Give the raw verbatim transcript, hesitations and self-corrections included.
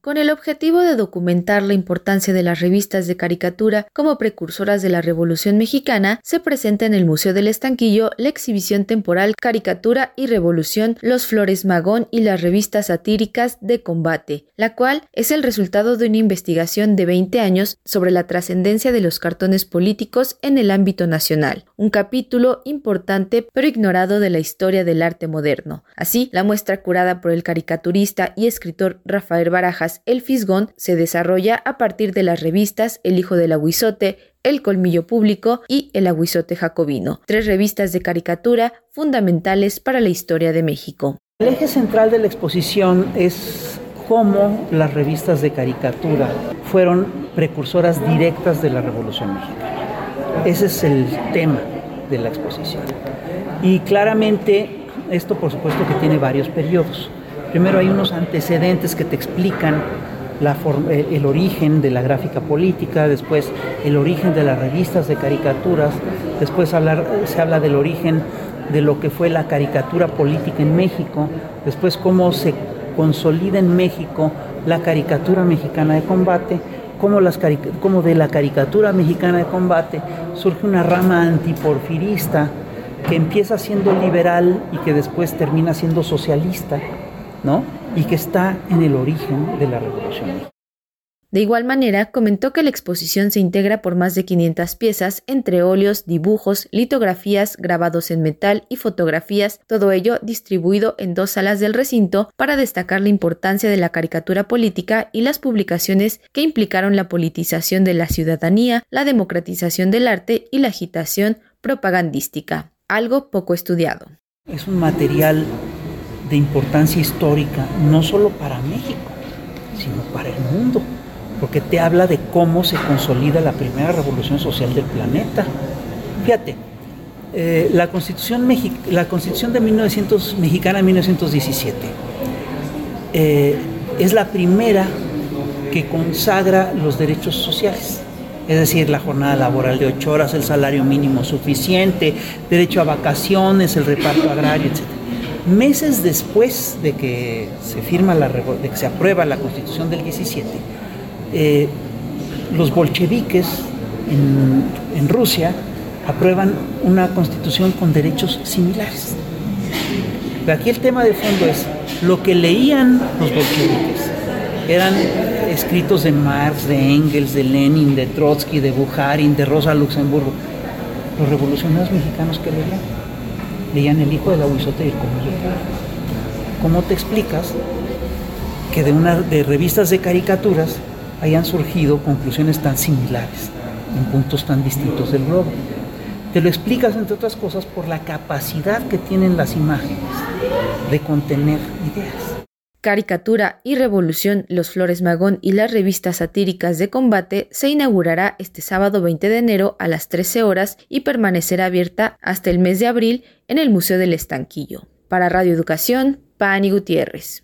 con el objetivo de documentar la importancia de las revistas de caricatura como precursoras de la Revolución Mexicana, se presenta en el Museo del Estanquillo la exhibición temporal Caricatura y Revolución, los Flores Magón y las revistas satíricas de combate, la cual es el resultado de una investigación de veinte años sobre la trascendencia de los cartones políticos en el ámbito nacional, un capítulo importante pero ignorado de la historia del arte moderno. Así, la muestra curada por el caricaturista y escritor Rafael Barajas El Fisgón se desarrolla a partir de las revistas El Hijo del Aguizote, El Colmillo Público y El Aguizote Jacobino, tres revistas de caricatura fundamentales para la historia de México. El eje central de la exposición es cómo las revistas de caricatura fueron precursoras directas de la Revolución Mexicana. Ese es el tema de la exposición. Y claramente esto, por supuesto, que tiene varios periodos. Primero hay unos antecedentes que te explican la forma, el, el origen de la gráfica política, después el origen de las revistas de caricaturas, después hablar, se habla del origen de lo que fue la caricatura política en México, después cómo se consolida en México la caricatura mexicana de combate, cómo, las caric- cómo de la caricatura mexicana de combate surge una rama antiporfirista que empieza siendo liberal y que después termina siendo socialista, ¿no? Y que está en el origen de la Revolución. De igual manera, comentó que la exposición se integra por más de quinientas piezas, entre óleos, dibujos, litografías, grabados en metal y fotografías, todo ello distribuido en dos salas del recinto para destacar la importancia de la caricatura política y las publicaciones que implicaron la politización de la ciudadanía, la democratización del arte y la agitación propagandística, algo poco estudiado. Es un material de importancia histórica, no solo para México, sino para el mundo, porque te habla de cómo se consolida la primera revolución social del planeta. Fíjate, eh, la Constitución Mexi- la Constitución de mil novecientos, mexicana de mil novecientos diecisiete eh, es la primera que consagra los derechos sociales, es decir, la jornada laboral de ocho horas, el salario mínimo suficiente, derecho a vacaciones, el reparto agrario, etcétera. Meses después de que se firma la, de que se aprueba la Constitución del diecisiete, eh, los bolcheviques en, en Rusia aprueban una constitución con derechos similares. Pero aquí el tema de fondo es lo que leían los bolcheviques. Eran escritos de Marx, de Engels, de Lenin, de Trotsky, de Bukharin, de Rosa Luxemburgo. Los revolucionarios mexicanos que leían, leían El Hijo del Aguizote y El Colmillo Público. ¿Cómo te explicas que de, una, de revistas de caricaturas hayan surgido conclusiones tan similares en puntos tan distintos del globo? Te lo explicas, entre otras cosas, por la capacidad que tienen las imágenes de contener ideas. Caricatura y Revolución, los Flores Magón y las revistas satíricas de combate se inaugurará este sábado veinte de enero a las trece horas y permanecerá abierta hasta el mes de abril en el Museo del Estanquillo. Para Radio Educación, Pani Gutiérrez.